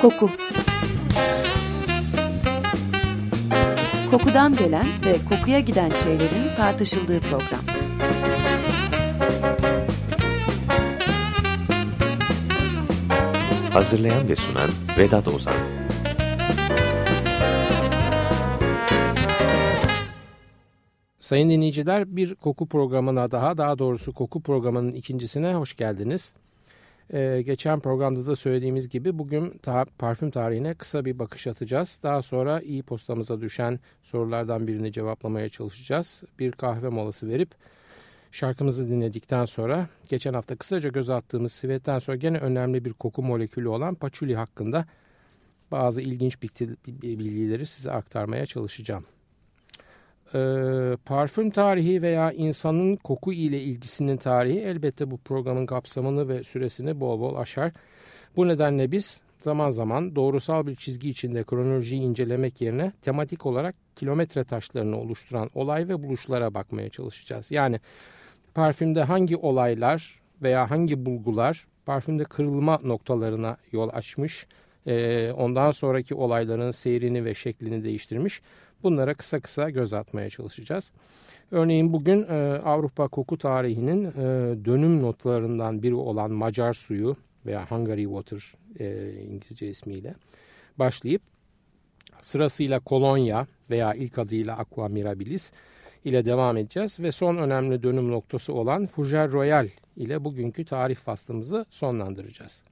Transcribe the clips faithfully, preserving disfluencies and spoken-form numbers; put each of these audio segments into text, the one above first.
Koku. Kokudan gelen ve kokuya giden şeylerin tartışıldığı program. Hazırlayan ve sunan Vedat Ozan. Sayın dinleyiciler, bir koku programına daha, daha doğrusu koku programının ikincisine hoş geldiniz. Ee, geçen programda da söylediğimiz gibi bugün ta- parfüm tarihine kısa bir bakış atacağız. Daha sonra e-postamıza düşen sorulardan birini cevaplamaya çalışacağız. Bir kahve molası verip şarkımızı dinledikten sonra geçen hafta kısaca göz attığımız sivetten sonra gene önemli bir koku molekülü olan patchouli hakkında bazı ilginç bilgileri size aktarmaya çalışacağım. Ee, parfüm tarihi veya insanın koku ile ilgisinin tarihi elbette bu programın kapsamını ve süresini bol bol aşar. Bu nedenle biz zaman zaman doğrusal bir çizgi içinde kronolojiyi incelemek yerine tematik olarak kilometre taşlarını oluşturan olay ve buluşlara bakmaya çalışacağız. Yani parfümde hangi olaylar veya hangi bulgular parfümde kırılma noktalarına yol açmış, e, ondan sonraki olayların seyrini ve şeklini değiştirmiş. Bunlara kısa kısa göz atmaya çalışacağız. Örneğin bugün e, Avrupa koku tarihinin e, dönüm notlarından biri olan Macar suyu veya Hungary Water e, İngilizce ismiyle başlayıp sırasıyla kolonya veya ilk adıyla Aqua Mirabilis ile devam edeceğiz. Ve son önemli dönüm noktası olan Fougère Royale ile bugünkü tarih faslımızı sonlandıracağız.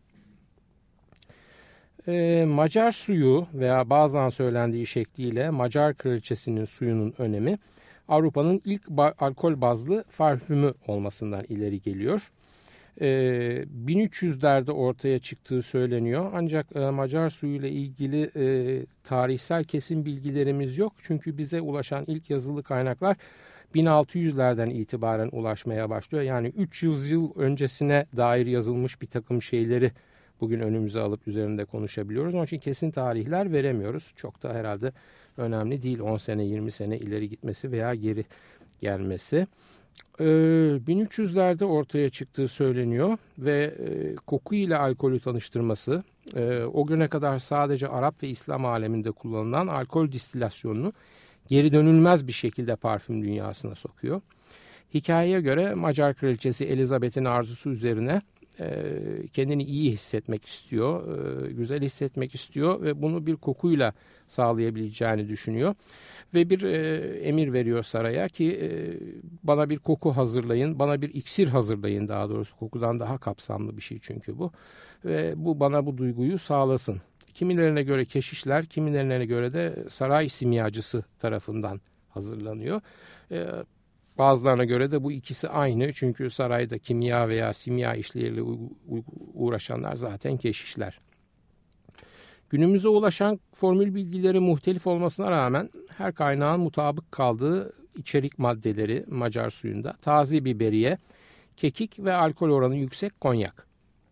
Ee, Macar suyu veya bazen söylendiği şekliyle Macar kraliçesinin suyunun önemi Avrupa'nın ilk ba- alkol bazlı parfümü olmasından ileri geliyor. Ee, bin üç yüzlerde ortaya çıktığı söyleniyor ancak e, Macar suyu ile ilgili e, tarihsel kesin bilgilerimiz yok. Çünkü bize ulaşan ilk yazılı kaynaklar bin altı yüzlerden itibaren ulaşmaya başlıyor. Yani üç yüz yıl öncesine dair yazılmış bir takım şeyleri bugün önümüze alıp üzerinde konuşabiliyoruz. Onun için kesin tarihler veremiyoruz. Çok da herhalde önemli değil on sene yirmi sene ileri gitmesi veya geri gelmesi. Ee, bin üç yüzlerde ortaya çıktığı söyleniyor ve e, koku ile alkolü tanıştırması e, o güne kadar sadece Arap ve İslam aleminde kullanılan alkol distilasyonunu geri dönülmez bir şekilde parfüm dünyasına sokuyor. Hikayeye göre Macar kraliçesi Elizabeth'in arzusu üzerine kendini iyi hissetmek istiyor, güzel hissetmek istiyor ve bunu bir kokuyla sağlayabileceğini düşünüyor. Ve bir emir veriyor saraya ki bana bir koku hazırlayın, bana bir iksir hazırlayın, daha doğrusu kokudan daha kapsamlı bir şey çünkü bu. Ve bu bana bu duyguyu sağlasın. Kimilerine göre keşişler, kimilerine göre de saray simyacısı tarafından hazırlanıyor. Bazılarına göre de bu ikisi aynı çünkü sarayda kimya veya simya işleriyle uğraşanlar zaten keşişler. Günümüze ulaşan formül bilgileri muhtelif olmasına rağmen her kaynağın mutabık kaldığı içerik maddeleri Macar suyunda taze biberiye, kekik ve alkol oranı yüksek konyak.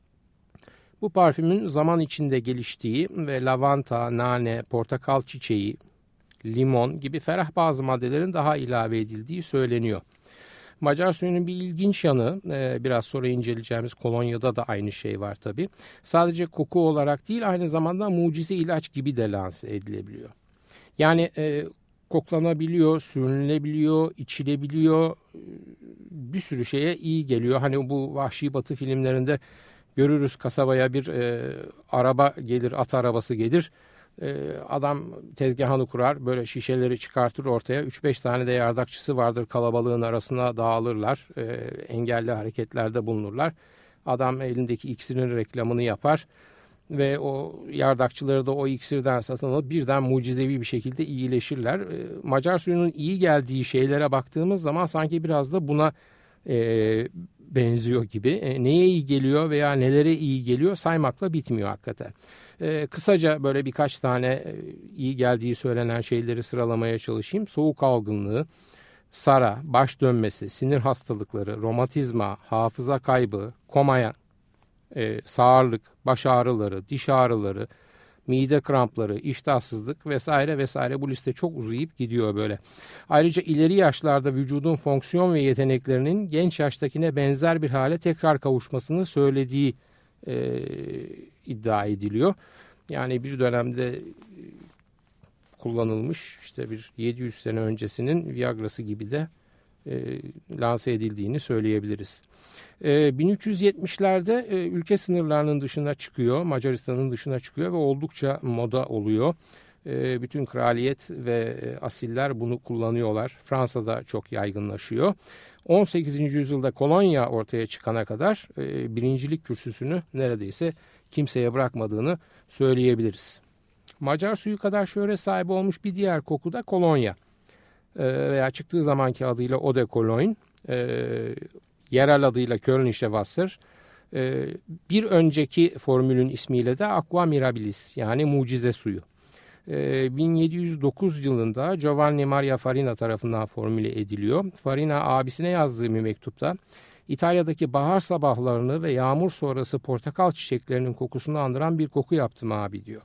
Bu parfümün zaman içinde geliştiği ve lavanta, nane, portakal çiçeği, limon gibi ferah bazı maddelerin daha ilave edildiği söyleniyor. Macar suyunun bir ilginç yanı, biraz sonra inceleyeceğimiz kolonyada da aynı şey var tabii. Sadece koku olarak değil, aynı zamanda mucize ilaç gibi de lanse edilebiliyor. Yani e, koklanabiliyor, sürünülebiliyor, içilebiliyor, bir sürü şeye iyi geliyor. Hani bu Vahşi Batı filmlerinde görürüz, kasabaya bir e, araba gelir, at arabası gelir. Adam tezgahını kurar, böyle şişeleri çıkartır ortaya, üç beş tane de yardakçısı vardır, kalabalığın arasına dağılırlar, engelli hareketlerde bulunurlar. Adam elindeki iksirin reklamını yapar ve o yardakçıları da o iksirden satın alıp birden mucizevi bir şekilde iyileşirler. Macar suyunun iyi geldiği şeylere baktığımız zaman sanki biraz da buna e, benziyor gibi. E, neye iyi geliyor veya nelere iyi geliyor saymakla bitmiyor hakikaten. Ee, kısaca böyle birkaç tane e, iyi geldiği söylenen şeyleri sıralamaya çalışayım. Soğuk algınlığı, sara, baş dönmesi, sinir hastalıkları, romatizma, hafıza kaybı, komaya, e, sağırlık, baş ağrıları, diş ağrıları, mide krampları, iştahsızlık vesaire vesaire, bu liste çok uzayıp gidiyor böyle. Ayrıca ileri yaşlarda vücudun fonksiyon ve yeteneklerinin genç yaştakine benzer bir hale tekrar kavuşmasını söylediği e, iddia ediliyor. Yani bir dönemde kullanılmış işte bir yedi yüz sene öncesinin Viagra'sı gibi de e, lanse edildiğini söyleyebiliriz. E, bin üç yüz yetmişlerde e, ülke sınırlarının dışına çıkıyor, Macaristan'ın dışına çıkıyor ve oldukça moda oluyor. E, bütün kraliyet ve e, asiller bunu kullanıyorlar. Fransa'da çok yaygınlaşıyor. on sekizinci yüzyılda kolonya ortaya çıkana kadar e, birincilik kürsüsünü neredeyse kimseye bırakmadığını söyleyebiliriz. Macar suyu kadar şöhret sahibi olmuş bir diğer koku da kolonya e, veya çıktığı zamanki adıyla Eau de Cologne, e, yerel adıyla Kölnische Wasser, e, bir önceki formülün ismiyle de Aqua Mirabilis yani mucize suyu. E, bin yedi yüz dokuz yılında Giovanni Maria Farina tarafından formüle ediliyor. Farina abisine yazdığı bir mektupta İtalya'daki bahar sabahlarını ve yağmur sonrası portakal çiçeklerinin kokusunu andıran bir koku yaptım abi diyor.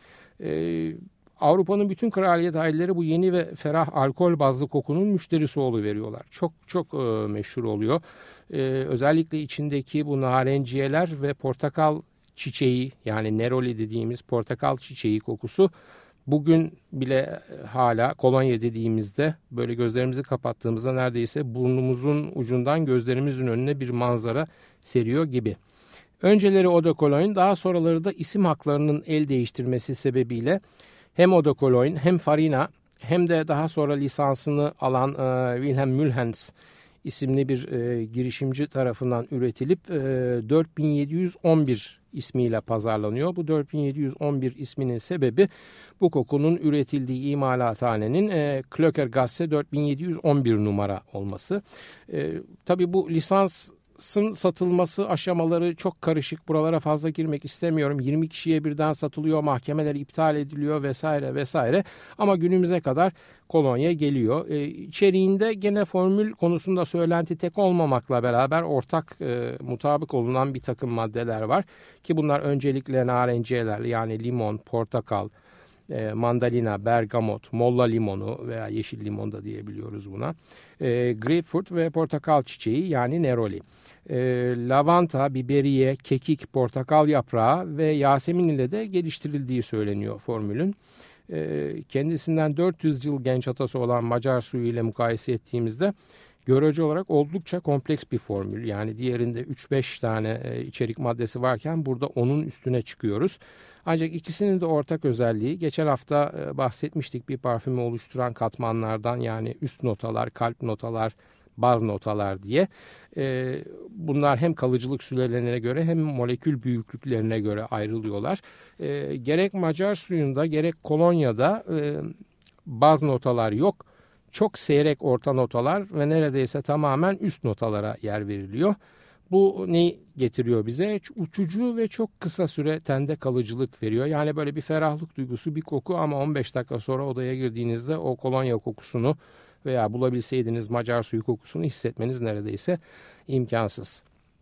Ee, Avrupa'nın bütün kraliyet aileleri bu yeni ve ferah alkol bazlı kokunun müşterisi oluveriyorlar. Çok çok e, meşhur oluyor. Ee, özellikle içindeki bu narenciyeler ve portakal çiçeği yani neroli dediğimiz portakal çiçeği kokusu bugün bile hala kolonya dediğimizde böyle gözlerimizi kapattığımızda neredeyse burnumuzun ucundan gözlerimizin önüne bir manzara seriyor gibi. Önceleri Eau de Cologne, daha sonraları da isim haklarının el değiştirmesi sebebiyle hem Eau de Cologne hem Farina hem de daha sonra lisansını alan e, Wilhelm Mühlens isimli bir e, girişimci tarafından üretilip e, dört bin yedi yüz on bir ismiyle pazarlanıyor. Bu dört bin yedi yüz on bir isminin sebebi bu kokunun üretildiği imalathanenin e, Klöckergasse dört bin yedi yüz on bir numara olması. E, tabii bu lisans satılması aşamaları çok karışık. Buralara fazla girmek istemiyorum. yirmi kişiye birden satılıyor, mahkemeler iptal ediliyor vesaire vesaire. Ama günümüze kadar kolonya geliyor. E, içeriğinde gene formül konusunda söylenti tek olmamakla beraber ortak e, mutabık olunan bir takım maddeler var. Ki bunlar öncelikle narenciyeler yani limon, portakal, E, mandalina, bergamot, molla limonu veya yeşil limon da diyebiliyoruz buna. E, grapefruit ve portakal çiçeği yani neroli. E, lavanta, biberiye, kekik, portakal yaprağı ve yasemin ile de geliştirildiği söyleniyor formülün. E, kendisinden dört yüz yıl genç atası olan Macar suyu ile mukayese ettiğimizde görece olarak oldukça kompleks bir formül. Yani diğerinde üç beş tane e, içerik maddesi varken burada onun üstüne çıkıyoruz. Ancak ikisinin de ortak özelliği geçen hafta e, bahsetmiştik bir parfümü oluşturan katmanlardan yani üst notalar, kalp notalar, baz notalar diye. E, bunlar hem kalıcılık sürelerine göre hem molekül büyüklüklerine göre ayrılıyorlar. E, gerek Macar suyunda gerek kolonyada e, baz notalar yok. Çok seyrek orta notalar ve neredeyse tamamen üst notalara yer veriliyor. Bu neyi getiriyor bize? Uçucu ve çok kısa süre tende kalıcılık veriyor. Yani böyle bir ferahlık duygusu, bir koku ama on beş dakika sonra odaya girdiğinizde o kolonya kokusunu veya bulabilseydiniz Macar suyu kokusunu hissetmeniz neredeyse imkansız.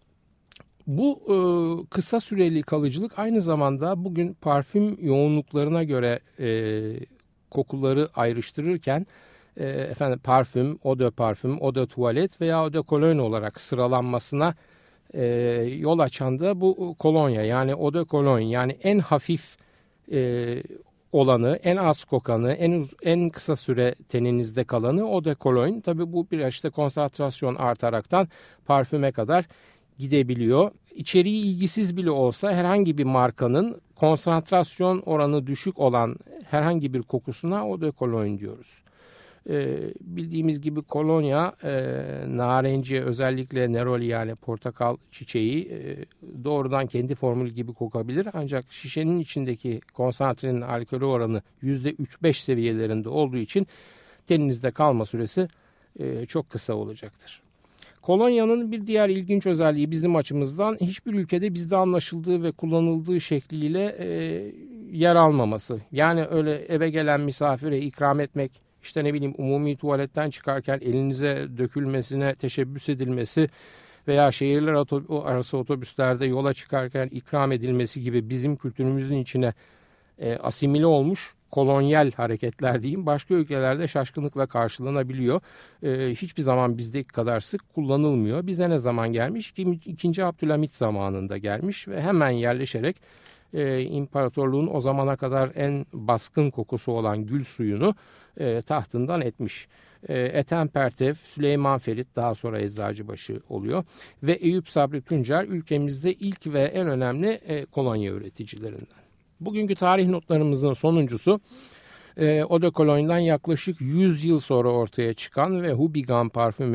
Bu e, kısa süreli kalıcılık aynı zamanda bugün parfüm yoğunluklarına göre e, kokuları ayrıştırırken e, efendim parfüm, eau de parfüm, eau de tuvalet veya eau de cologne olarak sıralanmasına e, yol açan da bu kolonya yani eau de cologne yani en hafif e, olanı, en az kokanı, en uz, en kısa süre teninizde kalanı eau de cologne. Tabii bu bir işte konsantrasyon artaraktan parfüme kadar gidebiliyor. İçeriği ilgisiz bile olsa herhangi bir markanın konsantrasyon oranı düşük olan herhangi bir kokusuna eau de cologne diyoruz. Ee, bildiğimiz gibi kolonya, e, narenciye özellikle neroli yani portakal çiçeği e, doğrudan kendi formülü gibi kokabilir. Ancak şişenin içindeki konsantrenin alkolü oranı yüzde üç beş seviyelerinde olduğu için teninizde kalma süresi e, çok kısa olacaktır. Kolonyanın bir diğer ilginç özelliği bizim açımızdan hiçbir ülkede bizde anlaşıldığı ve kullanıldığı şekliyle e, yer almaması. Yani öyle eve gelen misafire ikram etmek, işte ne bileyim umumi tuvaletten çıkarken elinize dökülmesine teşebbüs edilmesi veya şehirler arası otobüslerde yola çıkarken ikram edilmesi gibi bizim kültürümüzün içine e, asimile olmuş kolonyal hareketler diyeyim başka ülkelerde şaşkınlıkla karşılanabiliyor. E, hiçbir zaman bizdeki kadar sık kullanılmıyor. Bize ne zaman gelmiş? İkinci Abdülhamit zamanında gelmiş ve hemen yerleşerek e, imparatorluğun o zamana kadar en baskın kokusu olan gül suyunu e, tahtından etmiş. E, Ethem Pertev, Süleyman Ferit, daha sonra Eczacıbaşı oluyor ve Eyüp Sabri Tuncer ülkemizde ilk ve en önemli e, kolonya üreticilerinden. Bugünkü tarih notlarımızın sonuncusu e, Eau de Cologne'dan yaklaşık yüz yıl sonra ortaya çıkan ve Houbigant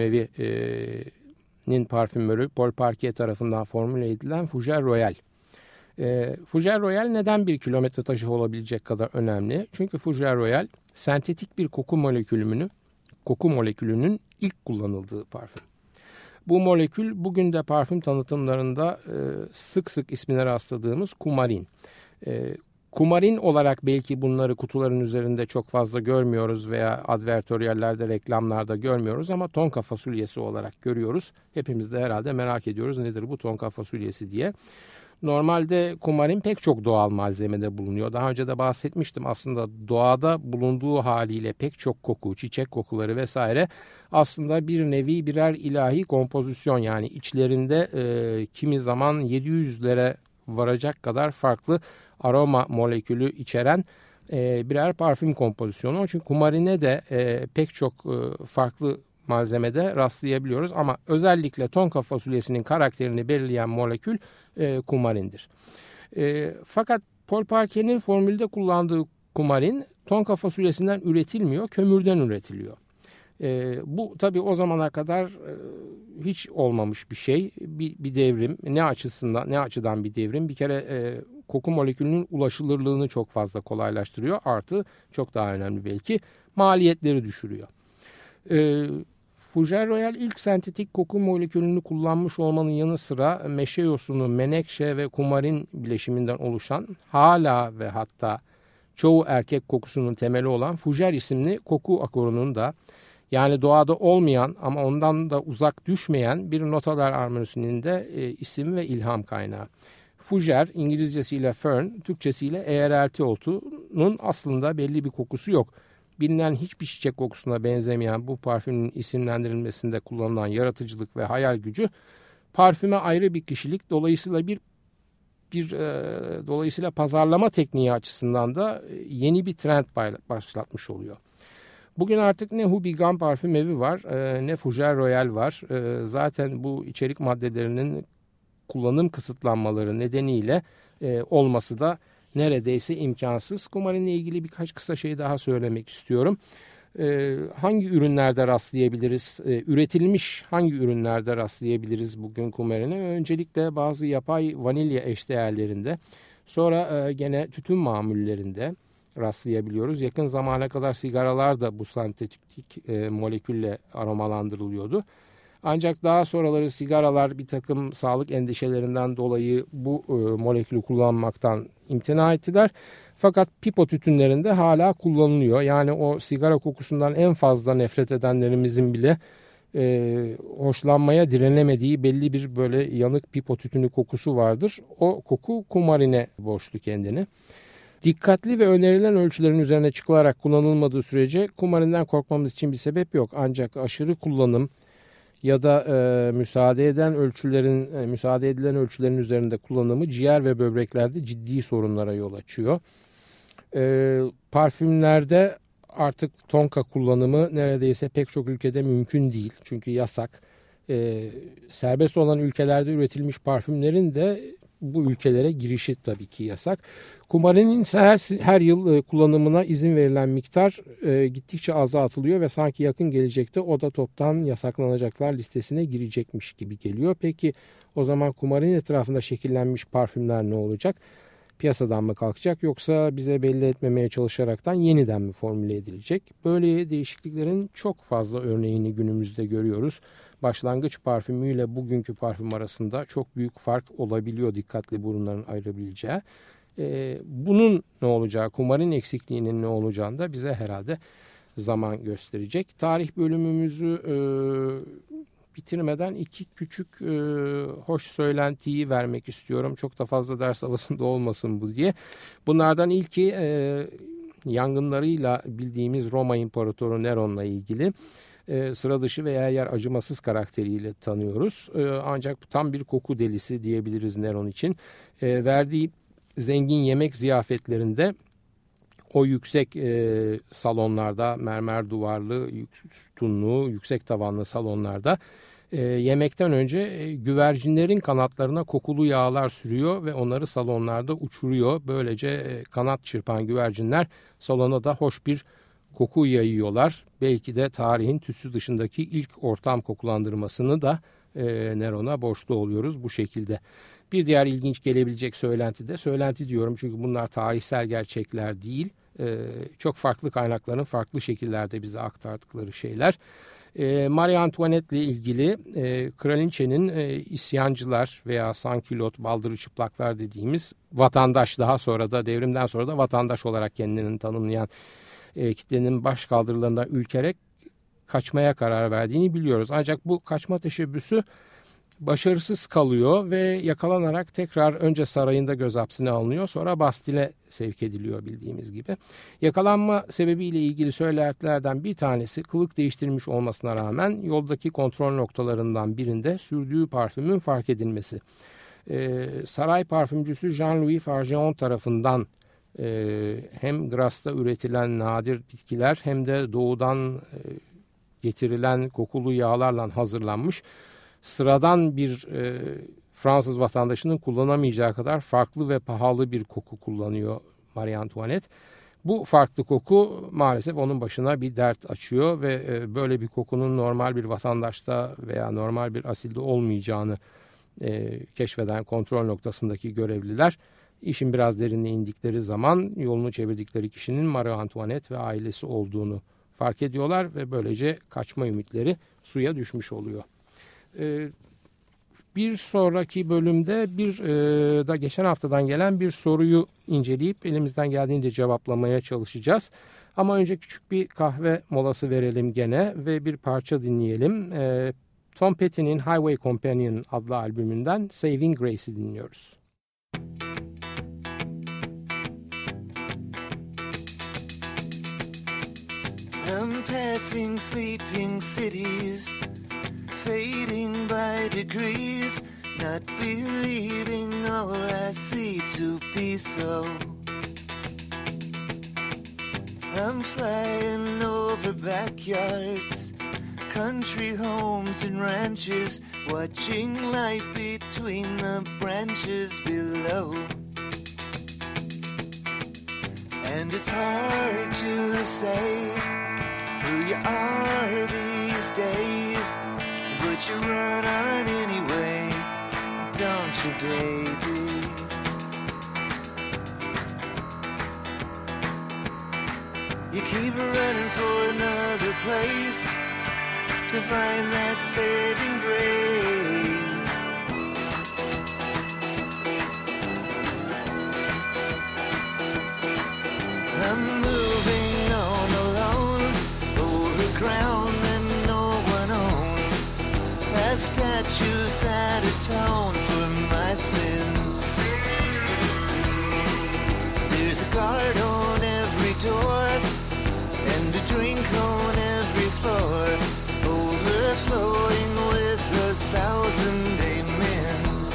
parfümevi'nin parfümörü Paul Parquet tarafından formüle edilen Fougère Royale. E, Fougère Royale neden bir kilometre taşı olabilecek kadar önemli? Çünkü Fougère Royale sentetik bir koku molekülünü, koku molekülünün ilk kullanıldığı parfüm. Bu molekül bugün de parfüm tanıtımlarında e, sık sık ismine rastladığımız kumarin. E, kumarin olarak belki bunları kutuların üzerinde çok fazla görmüyoruz veya advertoryallerde, reklamlarda görmüyoruz ama tonka fasulyesi olarak görüyoruz. Hepimiz de herhalde merak ediyoruz nedir bu tonka fasulyesi diye. Normalde kumarin pek çok doğal malzemede bulunuyor. Daha önce de bahsetmiştim, aslında doğada bulunduğu haliyle pek çok koku, çiçek kokuları vesaire aslında bir nevi birer ilahi kompozisyon, yani içlerinde e, kimi zaman yedi yüzlere varacak kadar farklı aroma molekülü içeren e, birer parfüm kompozisyonu. Çünkü kumarine de e, pek çok e, farklı malzemede rastlayabiliyoruz ama özellikle tonka fasulyesinin karakterini belirleyen molekül e, kumarindir. E, fakat Paul Parquet'in formülde kullandığı kumarin tonka fasulyesinden üretilmiyor, kömürden üretiliyor. E, bu tabii o zamana kadar e, hiç olmamış bir şey, bir, bir devrim. Ne açısından, ne açıdan bir devrim? Bir kere e, koku molekülünün ulaşılırlığını çok fazla kolaylaştırıyor. Artı çok daha önemli belki maliyetleri düşürüyor. E, Fougère Royale ilk sentetik koku molekülünü kullanmış olmanın yanı sıra meşe yosunu, menekşe ve kumarin bileşiminden oluşan, hala ve hatta çoğu erkek kokusunun temeli olan Fougère isimli koku akorunun da, yani doğada olmayan ama ondan da uzak düşmeyen bir notalar armonisinin de e, isim ve ilham kaynağı. Fougère, İngilizcesiyle fern, Türkçesiyle eğrelti otunun aslında belli bir kokusu yok. Bilinen hiçbir çiçek kokusuna benzemeyen bu parfümün isimlendirilmesinde kullanılan yaratıcılık ve hayal gücü parfüme ayrı bir kişilik, dolayısıyla bir bir e, dolayısıyla pazarlama tekniği açısından da yeni bir trend başlatmış oluyor. Bugün artık ne Houbigant parfümevi var, e, ne Fougère Royale var. E, zaten bu içerik maddelerinin kullanım kısıtlanmaları nedeniyle e, olması da neredeyse imkansız. Kumarinle ilgili birkaç kısa şey daha söylemek istiyorum. Ee, hangi ürünlerde rastlayabiliriz? Ee, üretilmiş hangi ürünlerde rastlayabiliriz bugün kumarine? Öncelikle bazı yapay vanilya eşdeğerlerinde, sonra e, gene tütün mamullerinde rastlayabiliyoruz. Yakın zamana kadar sigaralar da bu sentetik e, molekülle aromalandırılıyordu. Ancak daha sonraları sigaralar bir takım sağlık endişelerinden dolayı bu e, molekülü kullanmaktan imtina ettiler. Fakat pipo tütünlerinde hala kullanılıyor. Yani o sigara kokusundan en fazla nefret edenlerimizin bile e, hoşlanmaya direnemediği belli bir böyle yanık pipo tütünü kokusu vardır. O koku kumarine borçlu kendini. Dikkatli ve önerilen ölçülerin üzerine çıkılarak kullanılmadığı sürece kumarinden korkmamız için bir sebep yok. Ancak aşırı kullanım ya da e, müsaade eden ölçülerin e, müsaade edilen ölçülerin üzerinde kullanımı ciğer ve böbreklerde ciddi sorunlara yol açıyor. E, parfümlerde artık tonka kullanımı neredeyse pek çok ülkede mümkün değil. Çünkü yasak. E, serbest olan ülkelerde üretilmiş parfümlerin de bu ülkelere girişi tabii ki yasak. Kumarinin her, her yıl e, kullanımına izin verilen miktar e, gittikçe azaltılıyor ve sanki yakın gelecekte o da toptan yasaklanacaklar listesine girecekmiş gibi geliyor. Peki o zaman kumarin etrafında şekillenmiş parfümler ne olacak? Piyasadan mı kalkacak, yoksa bize belli etmemeye çalışaraktan yeniden mi formüle edilecek? Böyle değişikliklerin çok fazla örneğini günümüzde görüyoruz. Başlangıç parfümüyle bugünkü parfüm arasında çok büyük fark olabiliyor, dikkatli burunların ayırabileceği. Ee, bunun ne olacağı, kumarin eksikliğinin ne olacağını da bize herhalde zaman gösterecek. Tarih bölümümüzü e, bitirmeden iki küçük e, hoş söylentiyi vermek istiyorum. Çok da fazla ders havasında olmasın bu diye. Bunlardan ilki e, yangınlarıyla bildiğimiz Roma İmparatoru Neron'la ilgili. E, sıra dışı veya yer acımasız karakteriyle tanıyoruz. E, ancak tam bir koku delisi diyebiliriz Neron için. E, verdiği zengin yemek ziyafetlerinde o yüksek e, salonlarda, mermer duvarlı, sütunlu, yüksek tavanlı salonlarda e, yemekten önce e, güvercinlerin kanatlarına kokulu yağlar sürüyor ve onları salonlarda uçuruyor. Böylece e, kanat çırpan güvercinler salona da hoş bir koku yayıyorlar. Belki de tarihin tütsü dışındaki ilk ortam kokulandırmasını da e, Neron'a borçlu oluyoruz bu şekilde. Bir diğer ilginç gelebilecek söylenti de, söylenti diyorum çünkü bunlar tarihsel gerçekler değil, e, çok farklı kaynakların farklı şekillerde bize aktardıkları şeyler. E, Marie Antoinette ile ilgili e, kraliçenin e, isyancılar veya sankülot, baldırı çıplaklar dediğimiz vatandaş, daha sonra da devrimden sonra da vatandaş olarak kendini tanımlayan e, kitlenin baş kaldırılarından ülkerek kaçmaya karar verdiğini biliyoruz. Ancak bu kaçma teşebbüsü başarısız kalıyor ve yakalanarak tekrar önce sarayında gözaltına alınıyor, sonra Bastille'e sevk ediliyor bildiğimiz gibi. Yakalanma sebebiyle ilgili söylentilerden bir tanesi kılık değiştirmiş olmasına rağmen yoldaki kontrol noktalarından birinde sürdüğü parfümün fark edilmesi. Ee, saray parfümcüsü Jean-Louis Fargeon tarafından e, hem Grass'ta üretilen nadir bitkiler hem de doğudan e, getirilen kokulu yağlarla hazırlanmış sıradan bir e, Fransız vatandaşının kullanamayacağı kadar farklı ve pahalı bir koku kullanıyor Marie Antoinette. Bu farklı koku maalesef onun başına bir dert açıyor ve e, böyle bir kokunun normal bir vatandaşta veya normal bir asilde olmayacağını e, keşfeden kontrol noktasındaki görevliler işin biraz derinine indikleri zaman yolunu çevirdikleri kişinin Marie Antoinette ve ailesi olduğunu fark ediyorlar ve böylece kaçma ümitleri suya düşmüş oluyor. Bir sonraki bölümde bir da geçen haftadan gelen bir soruyu inceleyip elimizden geldiğince cevaplamaya çalışacağız. Ama önce küçük bir kahve molası verelim gene ve bir parça dinleyelim. Tom Petty'nin Highway Companion adlı albümünden Saving Grace'i dinliyoruz. I'm passing sleeping cities, fading by degrees, not believing all I see to be so. I'm flying over backyards, country homes and ranches, watching life between the branches below. And it's hard to say who you are these days, but you run on anyway, don't you, baby? You keep running for another place to find that saving grace. I'm moving on alone, over ground that no one owns, past statues that atone for my sins. There's a guard on every door, and a drink on every floor, overflowing with a thousand amens.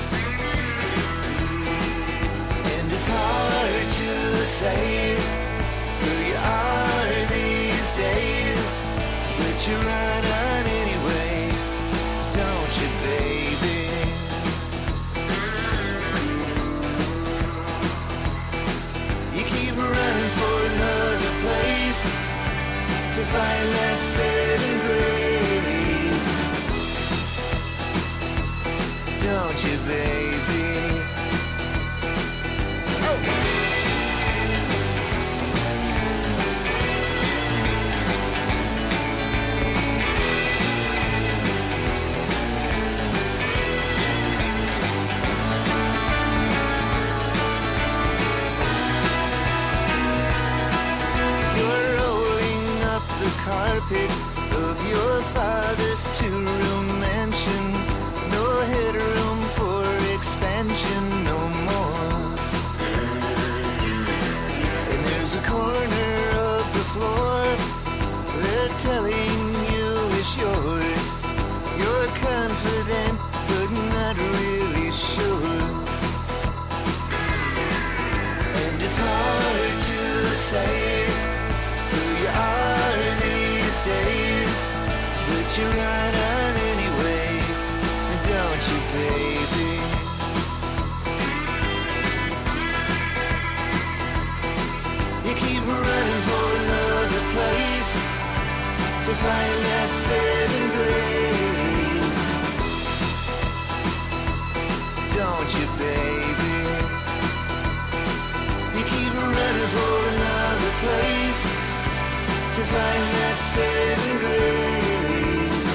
And it's hard to say who you are these days, but you run on anyway, don't you, baby? You keep running for another place to find that saving grace, don't you, baby? Oh! Carpet of your father's two-room mansion, no headroom for expansion no more. And there's a corner of the floor they're telling you is yours. You're confident but not really sure. you run on anyway, don't you, baby? You keep running for another place to find that saving grace, don't you, baby? You keep running for another place to find that saving grace,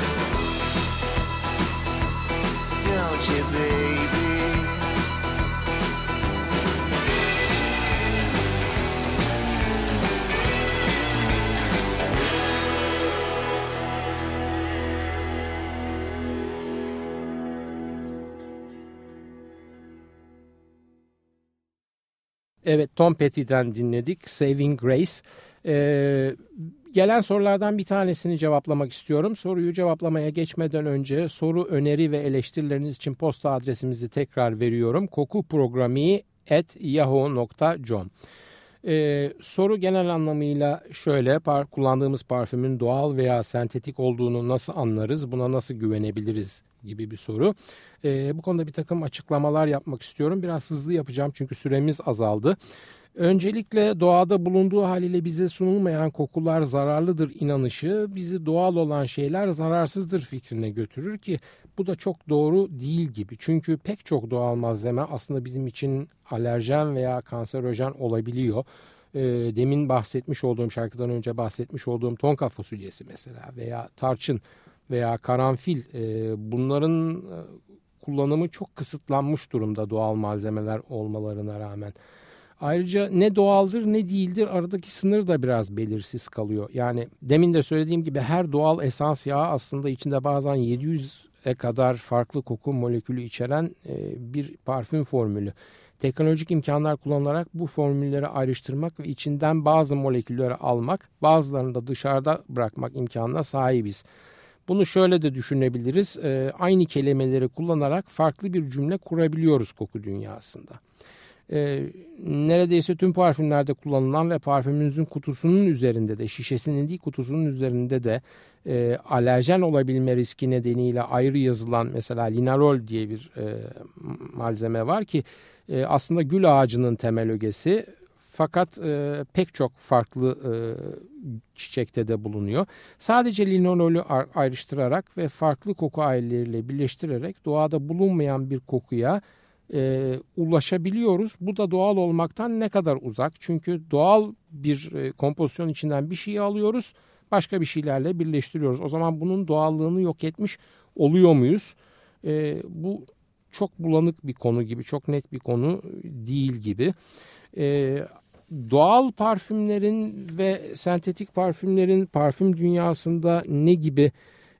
don't you, baby? Evet, Tom Petty'den dinledik Saving Grace. Ee, gelen sorulardan bir tanesini cevaplamak istiyorum. Soruyu cevaplamaya geçmeden önce soru, öneri ve eleştirileriniz için posta adresimizi tekrar veriyorum. kokuprogrami at yahoo nokta com. Ee, soru genel anlamıyla şöyle: par, kullandığımız parfümün doğal veya sentetik olduğunu nasıl anlarız, buna nasıl güvenebiliriz gibi bir soru. Ee, bu konuda bir takım açıklamalar yapmak istiyorum. Biraz hızlı yapacağım çünkü süremiz azaldı. Öncelikle doğada bulunduğu haliyle bize sunulmayan kokular zararlıdır inanışı bizi doğal olan şeyler zararsızdır fikrine götürür ki bu da çok doğru değil gibi. Çünkü pek çok doğal malzeme aslında bizim için alerjen veya kanserojen olabiliyor. E, demin bahsetmiş olduğum, şarkıdan önce bahsetmiş olduğum tonka fasulyesi mesela veya tarçın veya karanfil, e, bunların e, kullanımı çok kısıtlanmış durumda doğal malzemeler olmalarına rağmen. Ayrıca ne doğaldır ne değildir, aradaki sınır da biraz belirsiz kalıyor. Yani demin de söylediğim gibi her doğal esans yağı aslında içinde bazen yedi yüze kadar farklı koku molekülü içeren bir parfüm formülü. Teknolojik imkanlar kullanılarak bu formülleri ayrıştırmak ve içinden bazı molekülleri almak, bazılarını da dışarıda bırakmak imkanına sahibiz. Bunu şöyle de düşünebiliriz. Aynı kelimeleri kullanarak farklı bir cümle kurabiliyoruz koku dünyasında. E, neredeyse tüm parfümlerde kullanılan ve parfümünüzün kutusunun üzerinde de, şişesinin değil kutusunun üzerinde de e, alerjen olabilme riski nedeniyle ayrı yazılan mesela linalol diye bir e, malzeme var ki e, aslında gül ağacının temel ögesi, fakat e, pek çok farklı e, çiçekte de bulunuyor. Sadece linalolü ayrıştırarak ve farklı koku aileleriyle birleştirerek doğada bulunmayan bir kokuya E, ulaşabiliyoruz. Bu da doğal olmaktan ne kadar uzak. Çünkü doğal bir e, kompozisyon içinden bir şeyi alıyoruz, başka bir şeylerle birleştiriyoruz. O zaman bunun doğallığını yok etmiş oluyor muyuz? E, bu çok bulanık bir konu gibi, çok net bir konu değil gibi. E, doğal parfümlerin ve sentetik parfümlerin parfüm dünyasında ne gibi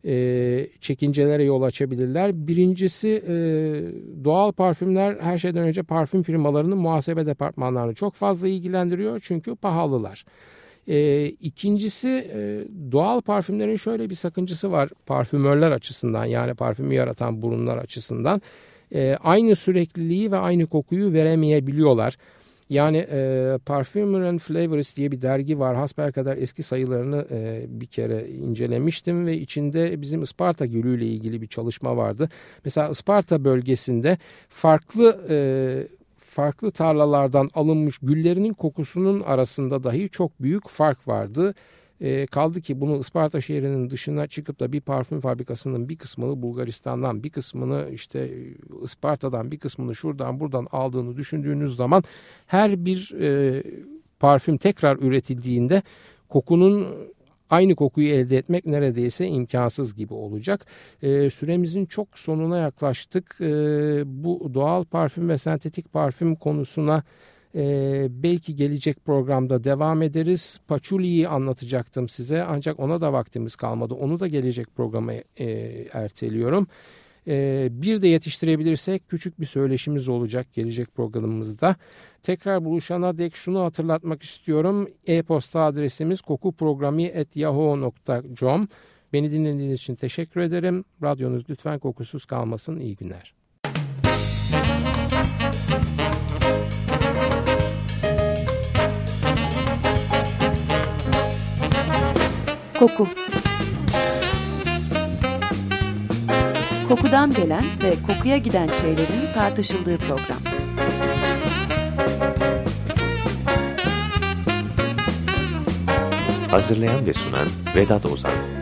E, çekincelere yol açabilirler? Birincisi, e, doğal parfümler her şeyden önce parfüm firmalarının muhasebe departmanlarını çok fazla ilgilendiriyor çünkü pahalılar. E, ikincisi, e, doğal parfümlerin şöyle bir sakıncası var parfümörler açısından, yani parfümü yaratan burunlar açısından. E, aynı sürekliliği ve aynı kokuyu veremeyebiliyorlar. Yani e, Parfumer and Flavors diye bir dergi var. Hasbelkader eski sayılarını e, bir kere incelemiştim ve içinde bizim Isparta Gölü ile ilgili bir çalışma vardı. Mesela Isparta bölgesinde farklı e, farklı tarlalardan alınmış güllerinin kokusunun arasında dahi çok büyük fark vardı. E, kaldı ki bunu Isparta şehrinin dışına çıkıp da bir parfüm fabrikasının bir kısmını Bulgaristan'dan, bir kısmını işte Isparta'dan, bir kısmını şuradan buradan aldığını düşündüğünüz zaman her bir e, parfüm tekrar üretildiğinde kokunun aynı kokuyu elde etmek neredeyse imkansız gibi olacak. E, süremizin çok sonuna yaklaştık. E, bu doğal parfüm ve sentetik parfüm konusuna Ee, belki gelecek programda devam ederiz. Paçuli'yi anlatacaktım size ancak ona da vaktimiz kalmadı. Onu da gelecek programa e, erteliyorum. E, bir de yetiştirebilirsek küçük bir söyleşimiz olacak gelecek programımızda. Tekrar buluşana dek şunu hatırlatmak istiyorum. E-posta adresimiz kokuprogrami at yahoo nokta com. Beni dinlediğiniz için teşekkür ederim. Radyonuz lütfen kokusuz kalmasın. İyi günler. Koku. Kokudan gelen ve kokuya giden şeylerin tartışıldığı program. Hazırlayan ve sunan Vedat Ozan.